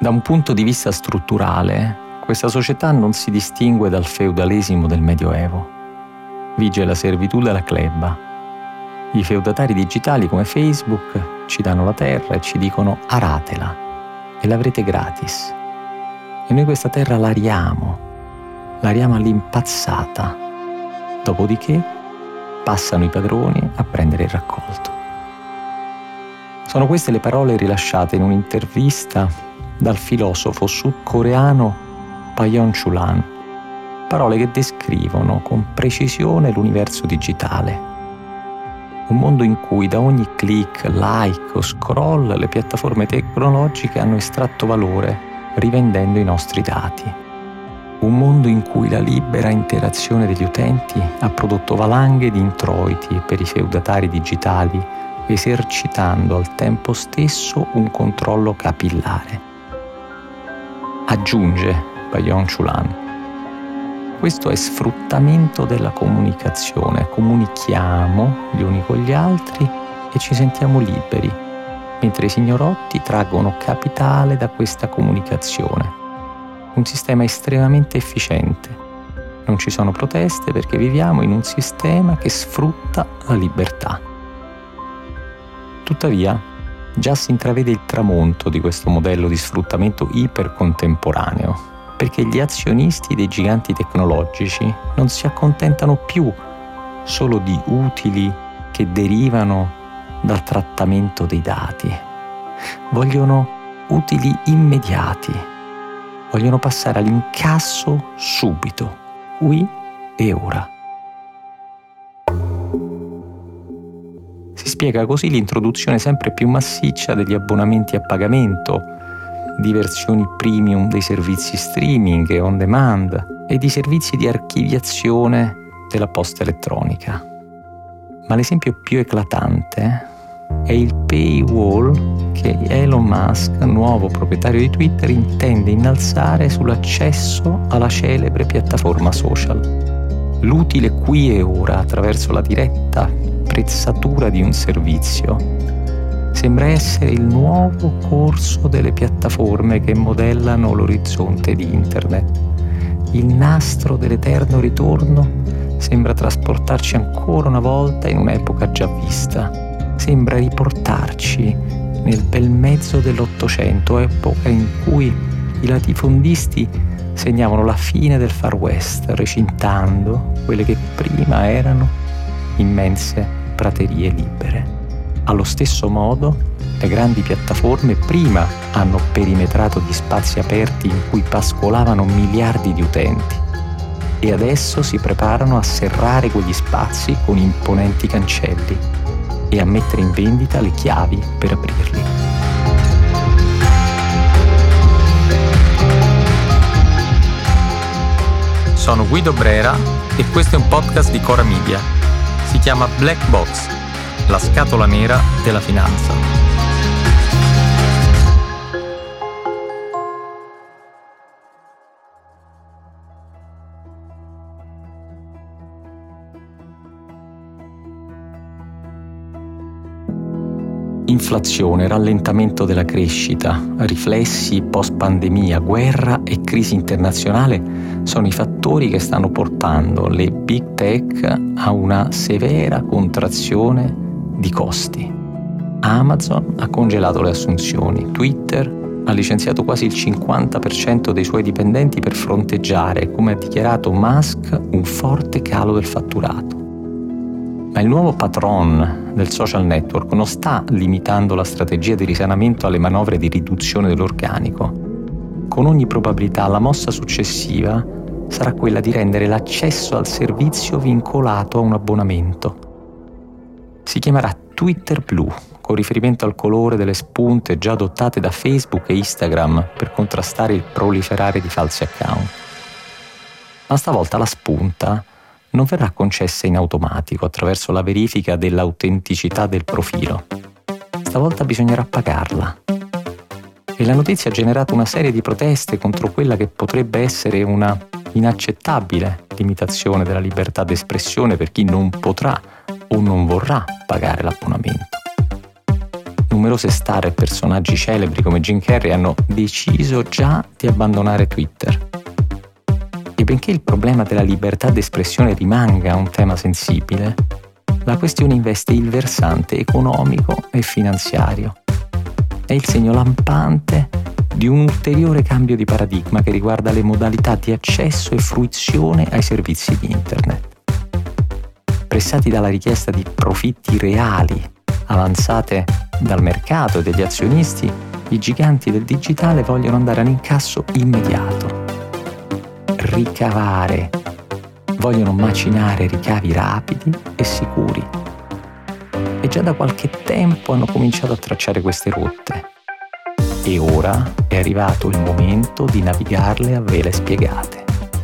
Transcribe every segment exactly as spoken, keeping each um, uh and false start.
Da un punto di vista strutturale, questa società non si distingue dal feudalesimo del Medioevo. Vige la servitù della clebba. I feudatari digitali come Facebook ci danno la terra e ci dicono aratela e l'avrete gratis. E noi questa terra l'ariamo, l'ariamo all'impazzata. Dopodiché passano i padroni a prendere il raccolto. Sono queste le parole rilasciate in un'intervista dal filosofo sudcoreano Payon Chulan, parole che descrivono con precisione l'universo digitale. Un mondo in cui da ogni click, like o scroll le piattaforme tecnologiche hanno estratto valore rivendendo i nostri dati. Un mondo in cui la libera interazione degli utenti ha prodotto valanghe di introiti per i feudatari digitali, esercitando al tempo stesso un controllo capillare. Aggiunge Payon Chulan: questo è sfruttamento della comunicazione, comunichiamo gli uni con gli altri e ci sentiamo liberi, mentre i signorotti traggono capitale da questa comunicazione. Un sistema estremamente efficiente. Non ci sono proteste perché viviamo in un sistema che sfrutta la libertà. Tuttavia, già si intravede il tramonto di questo modello di sfruttamento ipercontemporaneo, perché gli azionisti dei giganti tecnologici non si accontentano più solo di utili che derivano dal trattamento dei dati. Vogliono utili immediati. Vogliono passare all'incasso subito, qui e ora. Si spiega così l'introduzione sempre più massiccia degli abbonamenti a pagamento, di versioni premium dei servizi streaming e on demand e di servizi di archiviazione della posta elettronica. Ma l'esempio più eclatante è il paywall che Elon Musk, nuovo proprietario di Twitter, intende innalzare sull'accesso alla celebre piattaforma social. L'utile qui e ora attraverso la diretta prezzatura di un servizio sembra essere il nuovo corso delle piattaforme che modellano l'orizzonte di Internet. Il nastro dell'eterno ritorno sembra trasportarci ancora una volta in un'epoca già vista. Sembra riportarci nel bel mezzo dell'Ottocento, epoca in cui i latifondisti segnavano la fine del Far West, recintando quelle che prima erano immense praterie libere. Allo stesso modo, le grandi piattaforme prima hanno perimetrato gli spazi aperti in cui pascolavano miliardi di utenti e adesso si preparano a serrare quegli spazi con imponenti cancelli e a mettere in vendita le chiavi per aprirli. Sono Guido Brera e questo è un podcast di Cora Media. Si chiama Black Box, la scatola nera della finanza. Inflazione, rallentamento della crescita, riflessi post-pandemia, guerra e crisi internazionale sono i fattori che stanno portando le big tech a una severa contrazione di costi. Amazon ha congelato le assunzioni, Twitter ha licenziato quasi il cinquanta per cento dei suoi dipendenti per fronteggiare, come ha dichiarato Musk, un forte calo del fatturato. Ma il nuovo patron del social network non sta limitando la strategia di risanamento alle manovre di riduzione dell'organico. Con ogni probabilità la mossa successiva sarà quella di rendere l'accesso al servizio vincolato a un abbonamento. Si chiamerà Twitter Blue, con riferimento al colore delle spunte già adottate da Facebook e Instagram per contrastare il proliferare di falsi account. Ma stavolta la spunta non verrà concessa in automatico attraverso la verifica dell'autenticità del profilo. Stavolta bisognerà pagarla. E la notizia ha generato una serie di proteste contro quella che potrebbe essere una inaccettabile limitazione della libertà d'espressione per chi non potrà o non vorrà pagare l'abbonamento. numerose star e personaggi celebri come Jim Carrey hanno deciso già di abbandonare Twitter. E benché il problema della libertà d'espressione rimanga un tema sensibile, la questione investe il versante economico e finanziario. È il segno lampante di un ulteriore cambio di paradigma che riguarda le modalità di accesso e fruizione ai servizi di Internet. Pressati dalla richiesta di profitti reali avanzate dal mercato e dagli azionisti, i giganti del digitale vogliono andare all'incasso immediato, ricavare, vogliono macinare ricavi rapidi e sicuri. E già da qualche tempo hanno cominciato a tracciare queste rotte. E ora è arrivato il momento di navigarle a vele spiegate.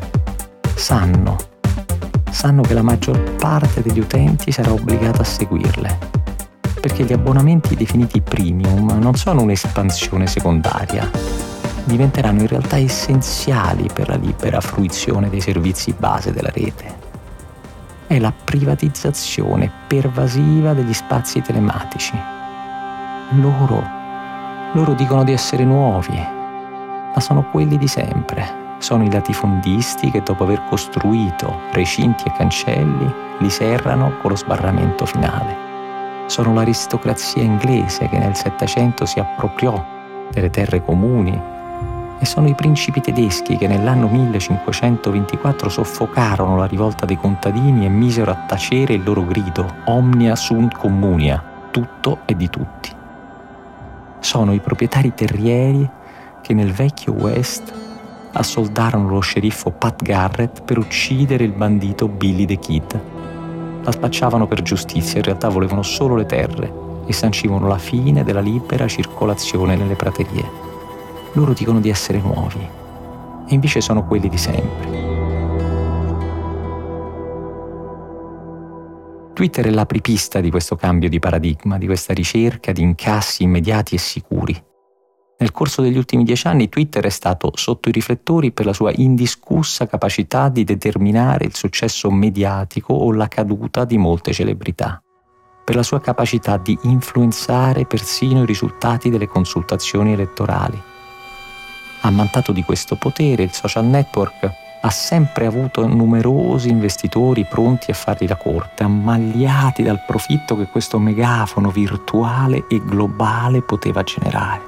Sanno, sanno che la maggior parte degli utenti sarà obbligata a seguirle, perché gli abbonamenti definiti premium non sono un'espansione secondaria, diventeranno in realtà essenziali per la libera fruizione dei servizi base della rete. È la privatizzazione pervasiva degli spazi telematici. Loro, loro dicono di essere nuovi, ma sono quelli di sempre. Sono i latifondisti che dopo aver costruito recinti e cancelli li serrano con lo sbarramento finale. Sono l'aristocrazia inglese che nel Settecento si appropriò delle terre comuni e sono i principi tedeschi che nell'anno millecinquecentoventiquattro soffocarono la rivolta dei contadini e misero a tacere il loro grido Omnia sunt communia, tutto è di tutti. Sono i proprietari terrieri che nel vecchio West assoldarono lo sceriffo Pat Garrett per uccidere il bandito Billy the Kid. La spacciavano per giustizia, in realtà volevano solo le terre e sancivano la fine della libera circolazione nelle praterie. Loro dicono di essere nuovi, e invece sono quelli di sempre. Twitter è l'apripista di questo cambio di paradigma, di questa ricerca di incassi immediati e sicuri. Nel corso degli ultimi dieci anni Twitter è stato sotto i riflettori per la sua indiscussa capacità di determinare il successo mediatico o la caduta di molte celebrità, per la sua capacità di influenzare persino i risultati delle consultazioni elettorali. Ammantato di questo potere, il social network ha sempre avuto numerosi investitori pronti a fargli la corte, ammagliati dal profitto che questo megafono virtuale e globale poteva generare.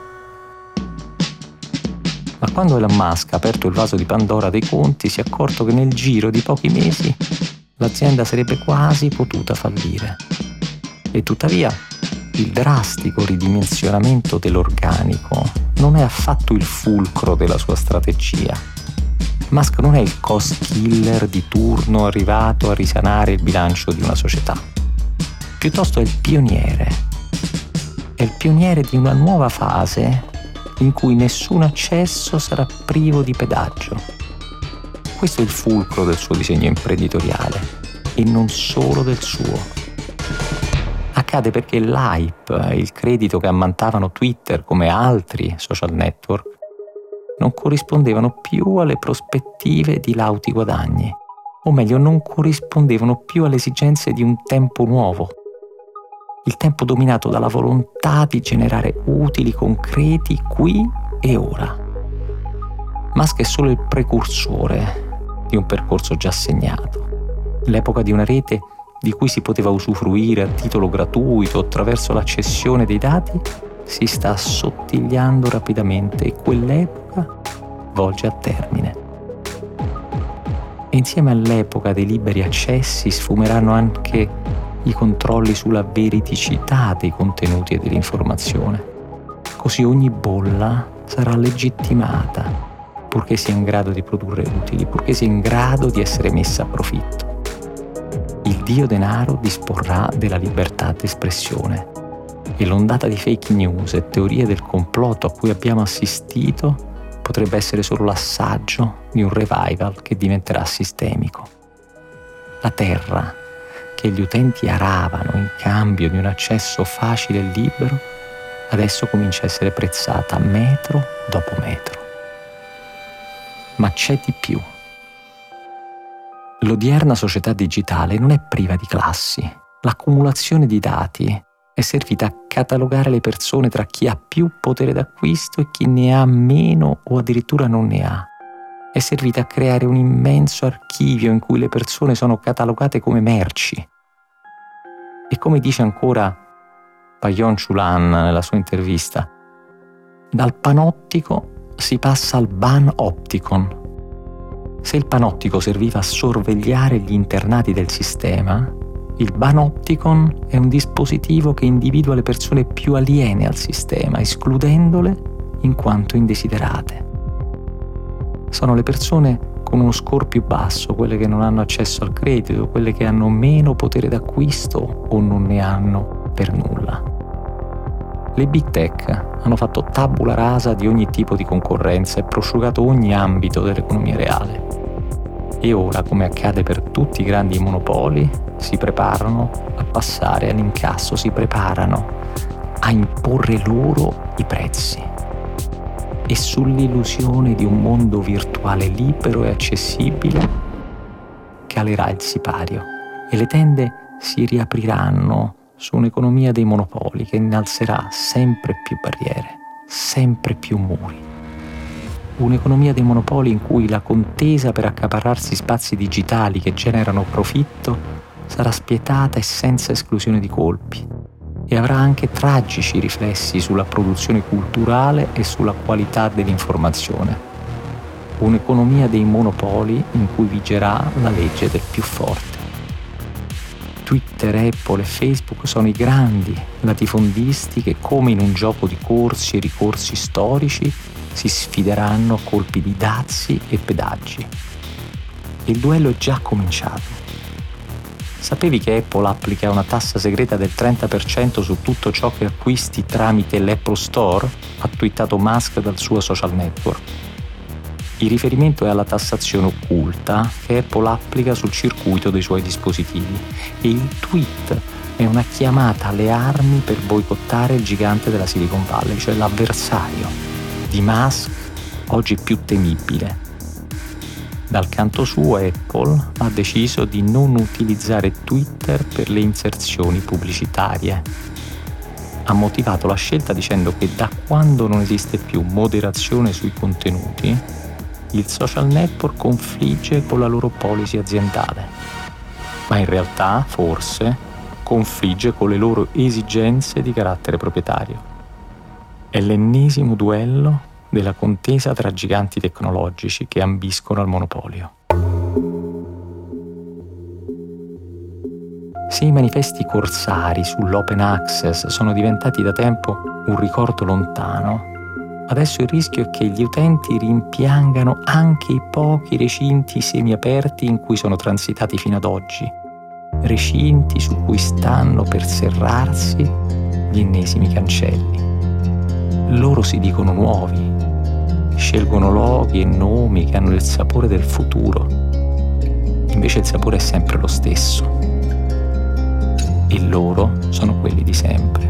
Ma quando Elon Musk ha aperto il vaso di Pandora dei conti, si è accorto che nel giro di pochi mesi l'azienda sarebbe quasi potuta fallire. E tuttavia il drastico ridimensionamento dell'organico non è affatto il fulcro della sua strategia. Musk non è il cost killer di turno arrivato a risanare il bilancio di una società. Piuttosto è il pioniere. È il pioniere di una nuova fase in cui nessun accesso sarà privo di pedaggio. Questo è il fulcro del suo disegno imprenditoriale, e non solo del suo. Accade perché l'hype e il credito che ammantavano Twitter come altri social network non corrispondevano più alle prospettive di lauti guadagni, o meglio non corrispondevano più alle esigenze di un tempo nuovo. Il tempo dominato dalla volontà di generare utili concreti qui e ora. Musk è solo il precursore di un percorso già segnato. L'epoca di una rete di cui si poteva usufruire a titolo gratuito attraverso la cessione dei dati si sta assottigliando rapidamente e quell'epoca volge a termine. E insieme all'epoca dei liberi accessi sfumeranno anche i controlli sulla veridicità dei contenuti e dell'informazione. Così ogni bolla sarà legittimata, purché sia in grado di produrre utili, purché sia in grado di essere messa a profitto. Il dio denaro disporrà della libertà d'espressione e l'ondata di fake news e teorie del complotto a cui abbiamo assistito potrebbe essere solo l'assaggio di un revival che diventerà sistemico. La terra che gli utenti aravano in cambio di un accesso facile e libero, adesso comincia a essere prezzata metro dopo metro. Ma c'è di più. L'odierna società digitale non è priva di classi. L'accumulazione di dati è servita a catalogare le persone tra chi ha più potere d'acquisto e chi ne ha meno o addirittura non ne ha. È servita a creare un immenso archivio in cui le persone sono catalogate come merci. E come dice ancora Payon Chulan nella sua intervista, dal panottico si passa al panopticon. Se il panottico serviva a sorvegliare gli internati del sistema, il panopticon è un dispositivo che individua le persone più aliene al sistema, escludendole in quanto indesiderate. Sono le persone con uno score più basso, quelle che non hanno accesso al credito, quelle che hanno meno potere d'acquisto o non ne hanno per nulla. Le big tech hanno fatto tabula rasa di ogni tipo di concorrenza e prosciugato ogni ambito dell'economia reale. E ora, come accade per tutti i grandi monopoli, si preparano a passare all'incasso, si preparano a imporre loro i prezzi. E sull'illusione di un mondo virtuale libero e accessibile calerà il sipario e le tende si riapriranno su un'economia dei monopoli che innalzerà sempre più barriere, sempre più muri. Un'economia dei monopoli in cui la contesa per accaparrarsi spazi digitali che generano profitto sarà spietata e senza esclusione di colpi e avrà anche tragici riflessi sulla produzione culturale e sulla qualità dell'informazione. Un'economia dei monopoli in cui vigerà la legge del più forte. Twitter, Apple e Facebook sono i grandi latifondisti che, come in un gioco di corsi e ricorsi storici, si sfideranno a colpi di dazi e pedaggi. Il duello è già cominciato. Sapevi che Apple applica una tassa segreta del trenta per cento su tutto ciò che acquisti tramite l'Apple Store? Ha twittato Musk dal suo social network. Il riferimento è alla tassazione occulta che Apple applica sul circuito dei suoi dispositivi e il tweet è una chiamata alle armi per boicottare il gigante della Silicon Valley, cioè l'avversario di Musk oggi più temibile. Dal canto suo Apple ha deciso di non utilizzare Twitter per le inserzioni pubblicitarie. Ha motivato la scelta dicendo che da quando non esiste più moderazione sui contenuti, il social network confligge con la loro policy aziendale. Ma in realtà, forse, confligge con le loro esigenze di carattere proprietario. È l'ennesimo duello della contesa tra giganti tecnologici che ambiscono al monopolio. Se i manifesti corsari sull'open access sono diventati da tempo un ricordo lontano, adesso il rischio è che gli utenti rimpiangano anche i pochi recinti semiaperti in cui sono transitati fino ad oggi, recinti su cui stanno per serrarsi gli ennesimi cancelli. Loro si dicono nuovi, scelgono loghi e nomi che hanno il sapore del futuro, invece il sapore è sempre lo stesso. E loro sono quelli di sempre.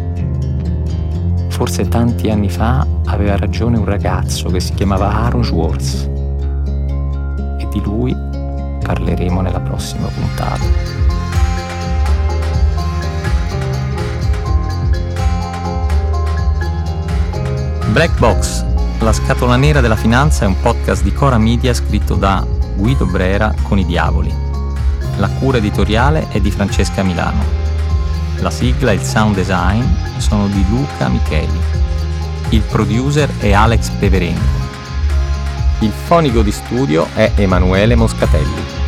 Forse tanti anni fa aveva ragione un ragazzo che si chiamava Aaron Swartz e di lui parleremo nella prossima puntata. Black Box, la scatola nera della finanza, è un podcast di Cora Media scritto da Guido Brera con i Diavoli. La cura editoriale è di Francesca Milano. La sigla e il sound design sono di Luca Micheli. Il producer è Alex Peverengo. Il fonico di studio è Emanuele Moscatelli.